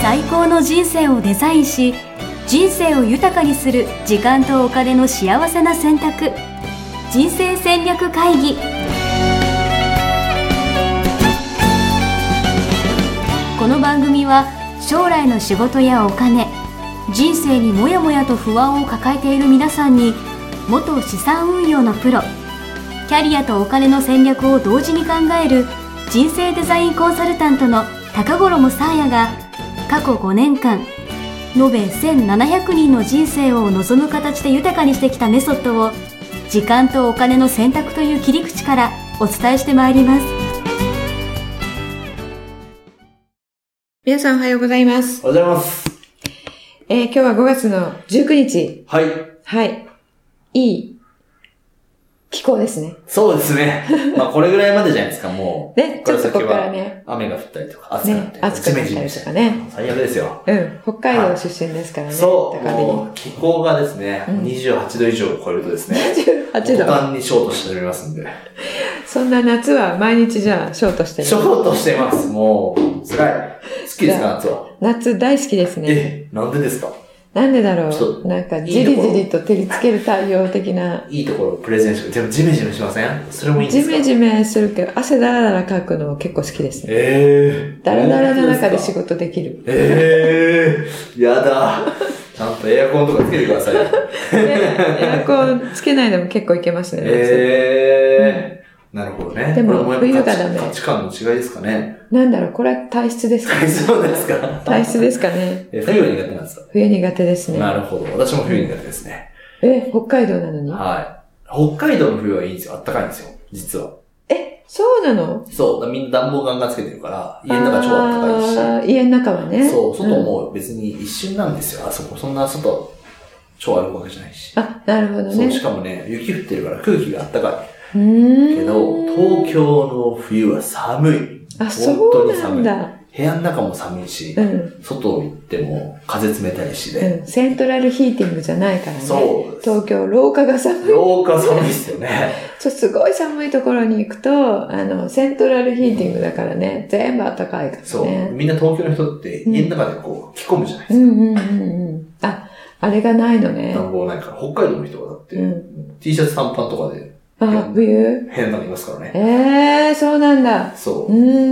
最高の人生をデザインし、人生を豊かにする時間とお金の幸せな選択。人生戦略会議。この番組は将来の仕事やお金、人生にもやもやと不安を抱えている皆さんに、元資産運用のプロ、キャリアとお金の戦略を同時に考える人生デザインコンサルタントの高頃もさあやが、過去5年間延べ1700人の人生を望む形で豊かにしてきたメソッドを、時間とお金の選択という切り口からお伝えしてまいります。 皆さんおはようございます。 おはようございます。 今日は5月の19日。 はい。 はい。いい気候ですね。 そうですね。まあこれぐらいまでじゃないですか、もう。 ね、ちょっとここからね。 雨が降ったりとか、暑くなったりとか。 暑くなったりとかね。 最悪ですよ。 うん。北海道出身ですからね。 そう。 高火もう気候がですね、28度以上を超えるとですね。 28度。 途端にショートしておりますんで。 そんな夏は毎日じゃあショートしてる。 ショートしてます。もう、辛い。好きですか、夏は。 夏大好きですね。 なんでですか？ なんでだろう。なんかじりじりと照りつける太陽的な。 いいところをプレゼンして、でもジメジメしません？それもいいんですか？ ジメジメするけど、汗だらだらかくの結構好きですね。 だらだらの中で仕事できる。 やだ。ちゃんとエアコンとかつけてくださいよ。 エアコンつけないでも結構いけますね。 なるほどね。 でも冬がダメ。 価値観の違いですかね。 なんだろう、これは体質ですかね。 そうですか。 体質ですかね。 冬は苦手なんですか？ 冬苦手ですね。 なるほど。私も冬苦手ですね。 北海道なのに？ はい。北海道の冬はいいんですよ。あったかいんですよ。実は。 そうなの？ そう。みんな暖房ガンガンつけてるから、家の中超あったかいし。 家の中はね。 そう。外も別に一瞬なんですよ。あそこ。そんな外、超歩くわけじゃないし。 なるほどね。 そう。しかもね、雪降ってるから空気があったかい。けど、東京の冬は寒い。本当に寒い。部屋の中も寒いし、外行っても風冷たいしで、 セントラルヒーティングじゃないからね。 そうです。 東京、廊下が寒い。 廊下寒いですよね。 すごい寒いところに行くと、セントラルヒーティングだからね、全部暖かいからね。 そう。みんな東京の人って家の中でこう着込むじゃないですか。あれがないのね。 暖房ないから。北海道の人はだって、T シャツ短パンとかで、 冬部屋の中にいますからね。 そうなんだ。 そう。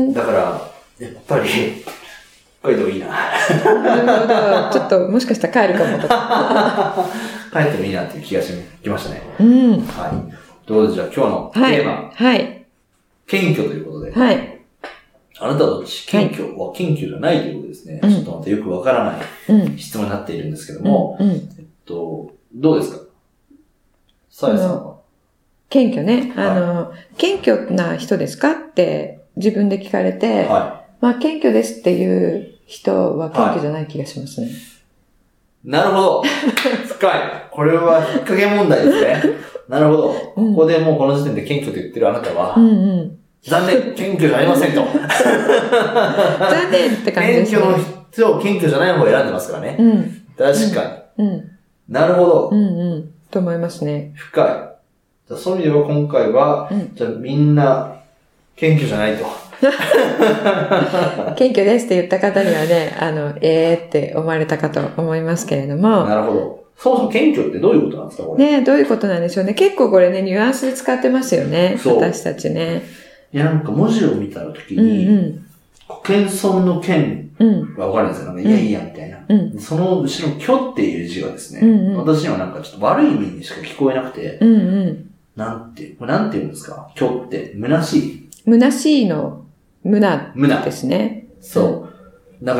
だから、やっぱり、北海道いいな。 なるほど。ちょっと、もしかしたら帰るかもとか。 帰ってもいいなっていう気がしてきましたね。はい。ということで、じゃあ今日のテーマ。 はい。 謙虚ということで。 はい。 あなたはどっち？謙虚は謙虚じゃないということですね。ちょっとまたよくわからない質問になっているんですけども、どうですか？さやさんは。 謙虚ね。謙虚な人ですかって自分で聞かれて、まあ謙虚ですっていう人は謙虚じゃない気がしますね。 なるほど。深い。これは引っ掛け問題ですね。なるほど。ここでもうこの時点で謙虚と言ってるあなたは、残念、謙虚じゃありませんと。 残念って感じですね。 謙虚の人を謙虚じゃない方を選んでますからね。確かに。なるほど。 と思いますね。 深い。じゃあそういう意味では今回は、じゃあみんな謙虚じゃないと。 謙虚ですって言った方にはね、って思われたかと思いますけれども。 なるほど。そもそも謙虚ってどういうことなんですか、これ。 ね、どういうことなんでしょうね。結構これね、ニュアンスで使ってますよね。私たちね。 いや、なんか文字を見たときに、謙遜の謙はわかるんですよ。なんかいやいやみたいな。その後ろの虚っていう字がですね、私にはなんかちょっと悪い意味にしか聞こえなくて、なんて言うんですか？虚って、虚しい。 虚しいの、虚ですね。 そう。だから、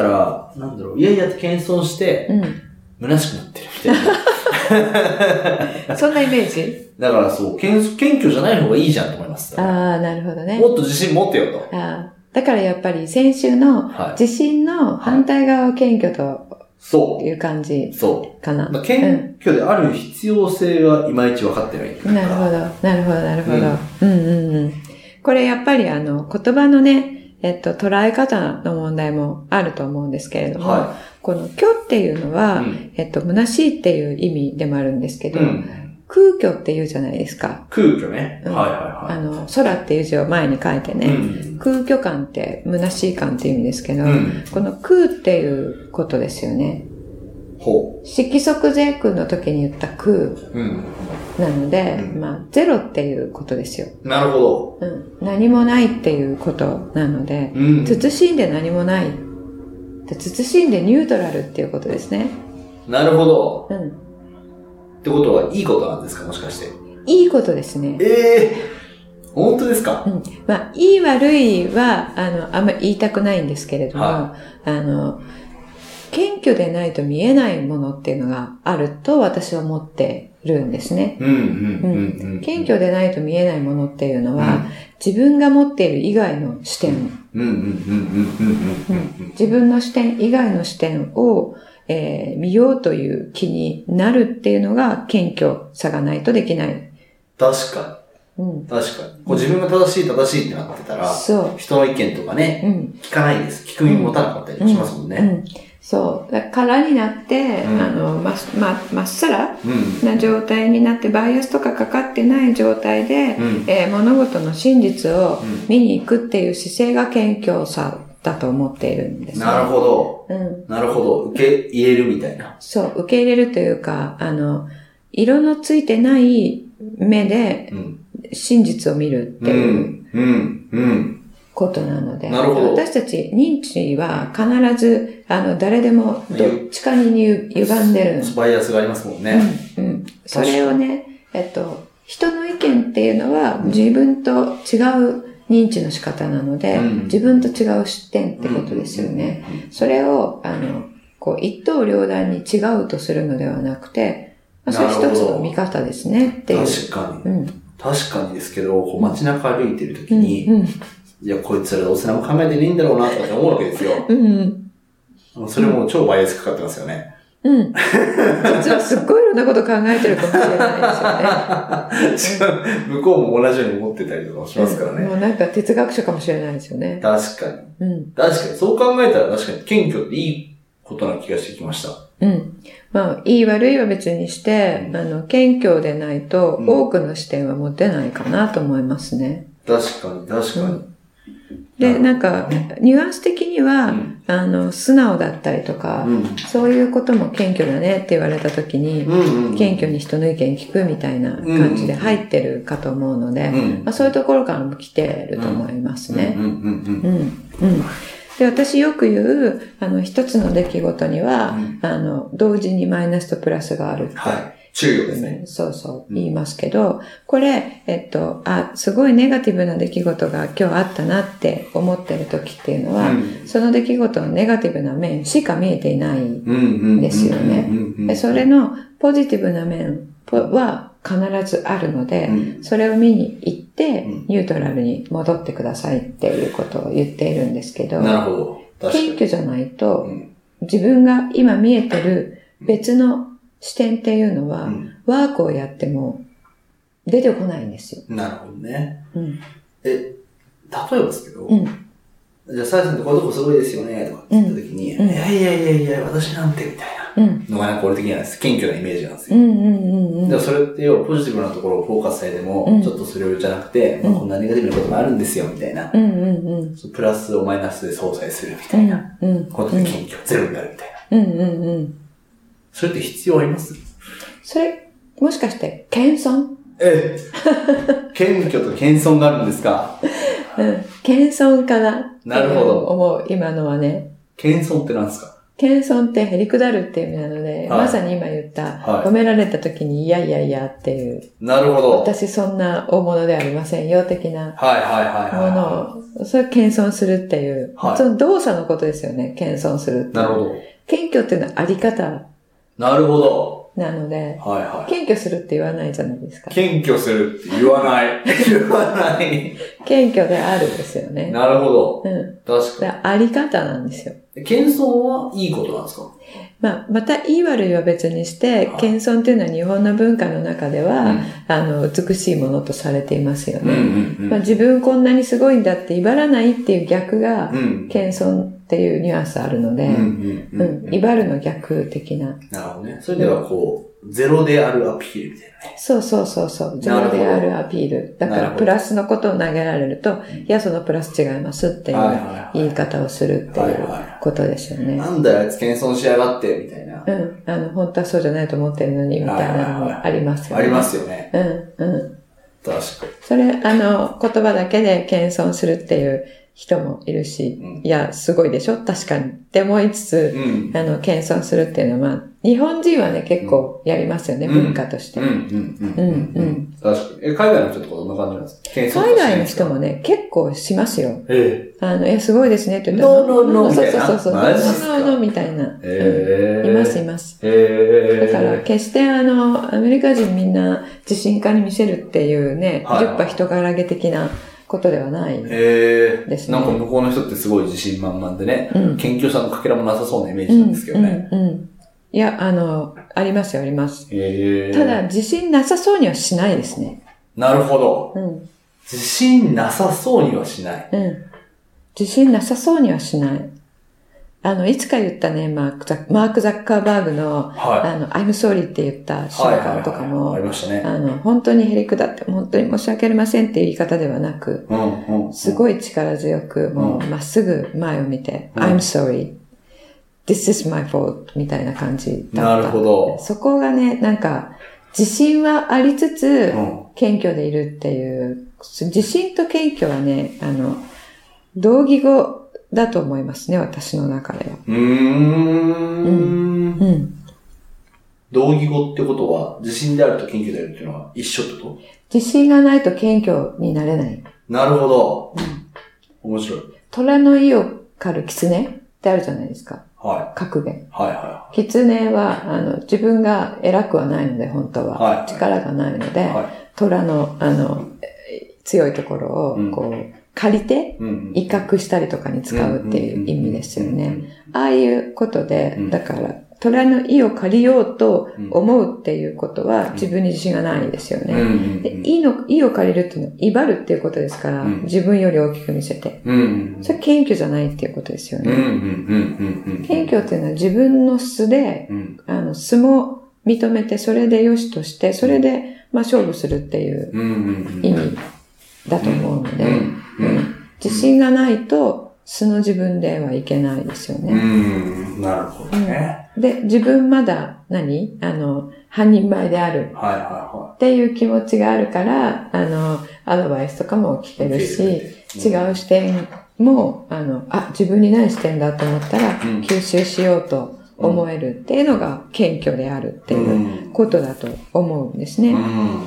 なんだろう、いやいやって謙遜して、虚しくなってるみたいな。 そんなイメージ？ だからそう、謙虚じゃない方がいいじゃんと思います。 なるほどね。 もっと自信持ってよと。 だからやっぱり先週の自信の反対側を謙虚という感じかな。 謙虚である必要性がいまいち分かってない。 なるほど、なるほど、なるほど。これやっぱり言葉のね、捉え方の問題もあると思うんですけれども、この虚っていうのは、虚しいっていう意味でもあるんですけど、 空虚って言うじゃないですか。 空虚ね。はいはいはい。 空っていう字を前に書いてね、空虚感って虚しい感っていう意味ですけど、この空っていうことですよね。色即是空の時に言った空なので、ゼロっていうことですよ。 なるほど。何もないっていうことなので、慎んで何もない。慎んでニュートラルっていうことですね。 なるほど。ってことは、いいことなんですか、もしかして。 いいことですね。 本当ですか？ いい悪いは、あんま言いたくないんですけれども、謙虚でないと見えないものっていうのがあると私は思ってるんですね。謙虚でないと見えないものっていうのは、自分が持っている以外の視点、自分の視点以外の視点を、見ようという気になるっていうのが謙虚さがないとできない。 確かに。確かに。こう自分が正しいってなってたら、人の意見とかね、聞かないです。聞く耳持たなかったりしますもんね。 そう。空になって、まっさらな状態になって、バイアスとかかかってない状態で、物事の真実を見に行くっていう姿勢が謙虚さだと思っているんですね。 なるほど。なるほど。受け入れるみたいな。 そう。受け入れるというか、色のついてない目で、真実を見るっていうことなので、私たち認知は必ず誰でもどっちかに歪んでる。 バイアスがありますもんね。 それをね、人の意見っていうのは自分と違う認知の仕方なので、自分と違う視点ってことですよね。それをこう一刀両断に違うとするのではなくて、それ一つの見方ですねっていう。 確かに。確かにですけど、街中歩いてるときに、いや、こいつらどうせ何も考えてねえんだろうなとかって思うわけですよ。それも超バイアスかかってますよね。 実はすっごいいろんなこと考えてるかもしれないですよね。 向こうも同じように思ってたりとかしますからね。 もうなんか哲学者かもしれないですよね。 確かに。確かに。そう考えたら確かに謙虚っていいことな気がしてきました。 いい悪いは別にして、謙虚でないと多くの視点は持てないかなと思いますね。 確かに、確かに。 で、なんか、ニュアンス的には、素直だったりとか、そういうことも謙虚だねって言われたときに、謙虚に人の意見聞くみたいな感じで入ってるかと思うので、そういうところからも来てると思いますね。で、私よく言う、一つの出来事には、同時にマイナスとプラスがあるって。 注意ですね。 そうそう、言いますけど、これ、すごいネガティブな出来事が今日あったなって思ってる時っていうのは、その出来事のネガティブな面しか見えていないんですよね。で、それのポジティブな面は必ずあるので、それを見に行って、ニュートラルに戻ってくださいっていうことを言っているんですけど、 なるほど。 謙虚じゃないと、自分が今見えてる別の視点っていうのは、ワークをやっても出てこないんですよ。 なるほどね。例えばですけど、じゃあ、サイさんってこういうとこすごいですよね、とかって言った時に、いや、私なんてみたいなのがなんか俺的には謙虚なイメージなんですよ。でもそれって要はポジティブなところをフォーカスされても、ちょっとそれじゃなくて、こんなネガティブなこともあるんですよ、みたいな。プラスをマイナスで相殺するみたいなことで謙虚ゼロになるみたいな。それって必要あります？ それ、もしかして、謙遜？ 謙虚と謙遜があるんですか？ 謙遜かな。 なるほど。 思う、今のはね。 謙遜って何ですか？ 謙遜ってへりくだるっていう意味なので、まさに今言った、褒められた時にいやっていう。 なるほど。 私そんな大物ではありませんよ、的なものを、それ謙遜するっていう、その動作のことですよね、謙遜するって。 なるほど。 謙虚っていうのはあり方。 なるほど。 なので、謙虚するって言わないじゃないですか。 謙虚するって言わない。言わない。 謙虚であるですよね。 なるほど。確かに。 あり方なんですよ。 謙遜はいいことなんですか？ またいい悪いは別にして、謙遜っていうのは日本の文化の中では、美しいものとされていますよね。自分こんなにすごいんだって威張らないっていう逆が、謙遜っていうニュアンスあるので、威張るの逆的な。 なるほどね。それではゼロであるアピールみたいなね。 そう。ゼロであるアピール。だからプラスのことを投げられると、いや、そのプラス違いますっていう言い方をするっていうことですよね。 なんだよ、あいつ謙遜しやがって、みたいな。 本当はそうじゃないと思ってるのに、みたいなのもありますよね。 ありますよね。確かに。 それ、言葉だけで謙遜するっていう人もいるし、いや、すごいでしょ確かに。って思いつつ、謙遜するっていうのは、日本人はね、結構やりますよね、文化として。 確かに。海外の人とかどんな感じなんですか？ 海外の人もね、結構しますよ。すごいですねって言ったら。ノーみたいな。 そう。ノーみたいな。います。だから、決してアメリカ人みんな自信家に見せるっていうね、10%人柄げ的なことではないですね。 なんか向こうの人ってすごい自信満々でね、謙虚さのかけらもなさそうなイメージなんですけどね。 いや、ありますよ、あります。ただ、自信なさそうにはしないですね。 なるほど。自信なさそうにはしない。 自信なさそうにはしない。いつか言ったね、マーク・ザッカーバーグの、I'm sorry って言った瞬間とかも、 ありましたね。 本当にへりくだって、本当に申し訳ありませんっていう言い方ではなく、すごい力強く、もうまっすぐ前を見て、I'm sorry.This is my fault みたいな感じだった。 なるほど。 そこがね、なんか、自信はありつつ、謙虚でいるっていう、自信と謙虚はね、同義語だと思いますね、私の中では。 同義語ってことは、自信であると謙虚であるっていうのは一緒ってこと？ 自信がないと謙虚になれない。 なるほど。面白い。 虎の意を狩る狐ってあるじゃないですか。格言。狐は、自分が偉くはないので、本当は。力がないので、虎の、強いところを、こう、借りて、威嚇したりとかに使うっていう意味ですよね。ああいうことで、だから、虎の意を借りようと思うっていうことは自分に自信がないですよね。で、意を借りるっていうのは威張るっていうことですから、自分より大きく見せて。それ謙虚じゃないっていうことですよね。謙虚っていうのは自分の素で、素も認めて、それで良しとして、それで、勝負するっていう意味だと思うので、自信がないと素の自分ではいけないですよね。 なるほどね。 で、自分まだ半人前であるっていう気持ちがあるから、アドバイスとかも聞けるし、違う視点も、自分にない視点だと思ったら、吸収しようと思えるっていうのが謙虚であるっていうことだと思うんですね。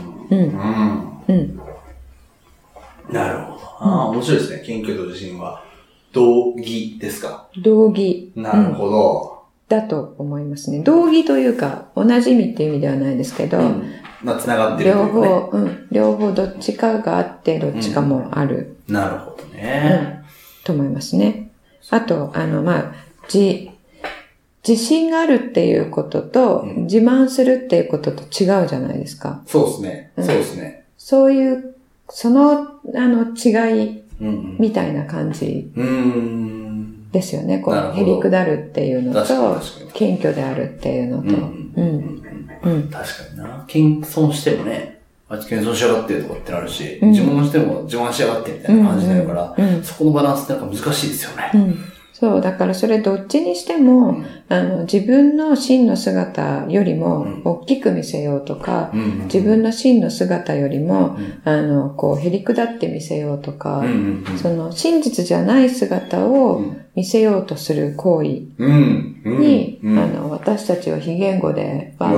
なるほど。面白いですね。謙虚と自信は同義ですか？ 同義。 なるほど。 だと思いますね。同義というか、同じ意味っていう意味ではないですけど、 繋がってるというかね。 両方どっちかがあって、どっちかもある。 なるほどね。 と思いますね。あと、自信があるっていうことと、自慢するっていうことと違うじゃないですか。 そうですね。そうですね。 そういう、その、違い、みたいな感じ。ですよね。こう、へりくだるっていうのと、謙虚であるっていうのと。 確かにな。謙遜してもね、あいつ謙遜しやがってとかってなるし、自慢しても自慢しやがってみたいな感じになるから、そこのバランスってなんか難しいですよね。 そう、だからそれどっちにしても、自分の真の姿よりも大きく見せようとか、自分の真の姿よりも、こう、へりくだって見せようとか、その真実じゃない姿を見せようとする行為に、私たちは非言語で、 な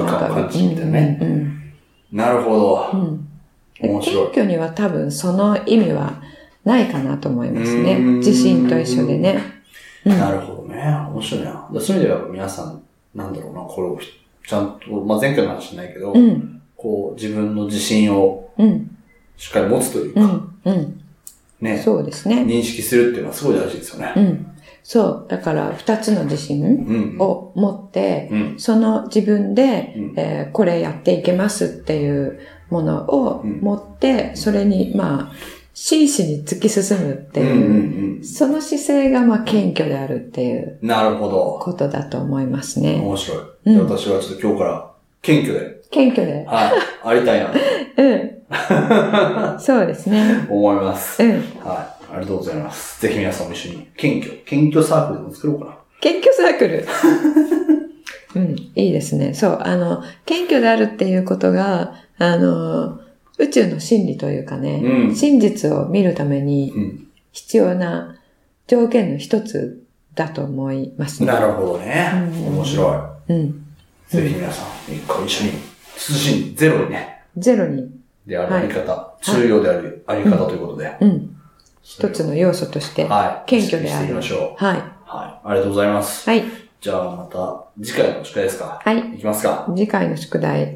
るほど。面白い。 謙虚には多分その意味はないかなと思いますね。自信と一緒でね。 なるほどね。面白いな。そういう意味では皆さん、なんだろうな、これをちゃんと、前回の話じゃないけど、こう、自分の自信をしっかり持つというか、ね。 そうですね。 認識するっていうのはすごい大事ですよね。 そう。だから、二つの自信を持って、その自分で、これやっていけますっていうものを持って、それに、真摯に突き進むっていう、その姿勢が謙虚であるっていう、 なるほど。 ことだと思いますね。 面白い。私はちょっと今日から謙虚で。 謙虚で。 はい。ありたいな。 うん。そうですね。 思います。 うん。 はい。ありがとうございます。ぜひ皆さんも一緒に謙虚サークルでも作ろうかな。 謙虚サークル。うん。いいですね。そう。謙虚であるっていうことが、宇宙の真理というかね、うん、真実を見るために必要な条件の一つだと思いますね。 なるほどね。面白い。うん。 ぜひ皆さん、一緒に、慎ゼロにね。 ゼロに。 であるあり方、はい、重要であるあり方ということで。 うん。一つの要素として、謙虚である。 していきましょう。 はい。 はい。ありがとうございます。 はい。 じゃあまた、次回の宿題ですか？ はい。 いきますか？ 次回の宿題。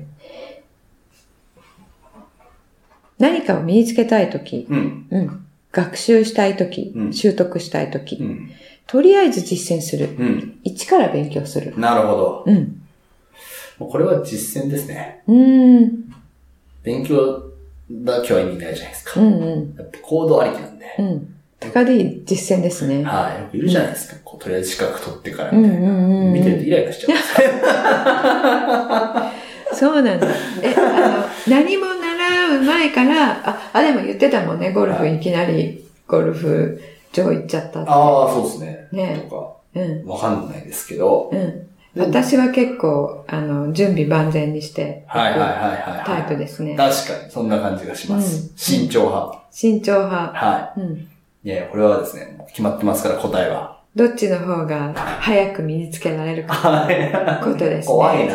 何かを身につけたいとき、学習したいとき、習得したいとき、とりあえず実践する、一から勉強する。 なるほど。もうこれは実践ですね。勉強だけは意味ないじゃないですか。やっぱ行動ありきなんで。 高でいい実践ですね。 はい。よくいるじゃないですか。とりあえず資格取ってからみたいな。見てるとイライラしちゃう。 そうなんだ。何も習う前から、でも言ってたもんね、ゴルフいきなりゴルフ場行っちゃったって。 ああ、そうですね。 ね。 とか、わかんないですけど。 私は結構、準備万全にして、タイプですね。 確かに、そんな感じがします。慎重派。 慎重派。 はい。いや、これはですね、決まってますから、答えは。 どっちの方が早く身につけられるかことですね。 怖いな。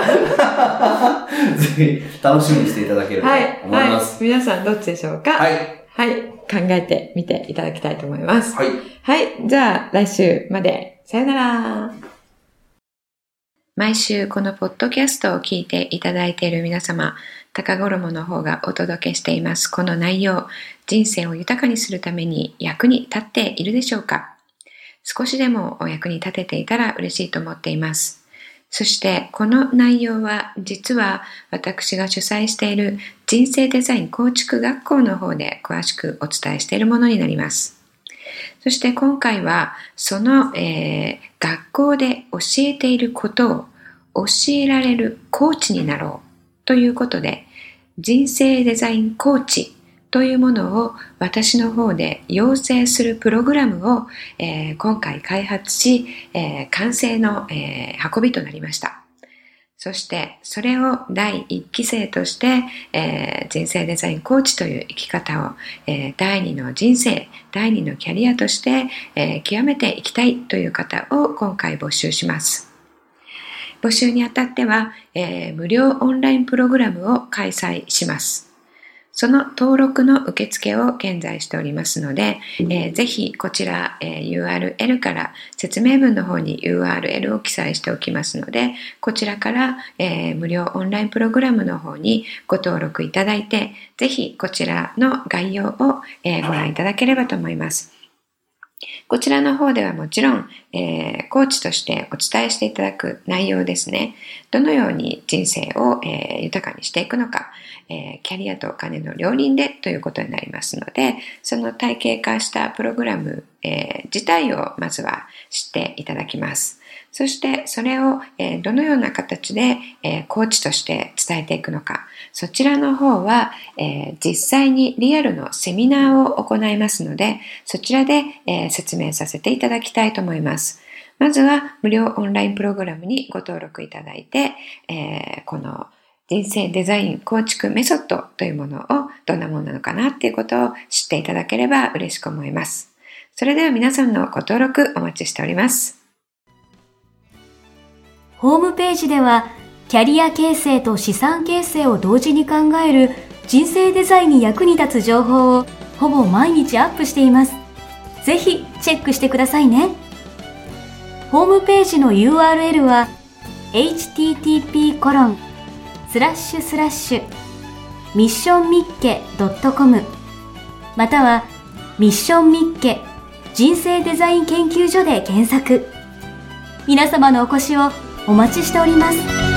ぜひ楽しみにしていただければと思います。 はい。皆さんどっちでしょうか？ はい。 はい。考えてみていただきたいと思います。 はい。 はい。じゃあ来週まで。さよなら。毎週このポッドキャストを聞いていただいている皆様、高衣の方がお届けしていますこの内容、人生を豊かにするために役に立っているでしょうか？少しでもお役に立てていたら嬉しいと思っています。そしてこの内容は実は私が主催している人生デザイン構築学校の方で詳しくお伝えしているものになります。そして今回はその、学校で教えていることを教えられるコーチになろうということで、人生デザインコーチというものを私の方で養成するプログラムを、今回開発し、完成の、運びとなりました。そしてそれを第1期生として、人生デザインコーチという生き方を、第2の人生、第2のキャリアとして、極めていきたいという方を今回募集します。募集にあたっては、無料オンラインプログラムを開催します。その登録の受付を現在しておりますので、ぜひこちら、URL から説明文の方に URL を記載しておきますので、こちらから、無料オンラインプログラムの方にご登録いただいて、ぜひこちらの概要を、ご覧いただければと思います。こちらの方ではもちろん、コーチとしてお伝えしていただく内容ですね。どのように人生を、豊かにしていくのか、キャリアとお金の両輪でということになりますので、その体系化したプログラム、自体をまずは知っていただきます。そしてそれを、どのような形で、コーチとして伝えていくのか、そちらの方は、実際にリアルのセミナーを行いますので、そちらで、説明させていただきたいと思います。まずは無料オンラインプログラムにご登録いただいて、この人生デザイン構築メソッドというものをどんなものなのかなっていうことを知っていただければ嬉しく思います。それでは皆さんのご登録お待ちしております。 ホームページではキャリア形成と資産形成を同時に考える人生デザインに役に立つ情報をほぼ毎日アップしています。ぜひチェックしてくださいね。ホームページの URL は http://missionmicke.com またはミッションミッケ人生デザイン研究所で検索。皆様のお越しをお待ちしております。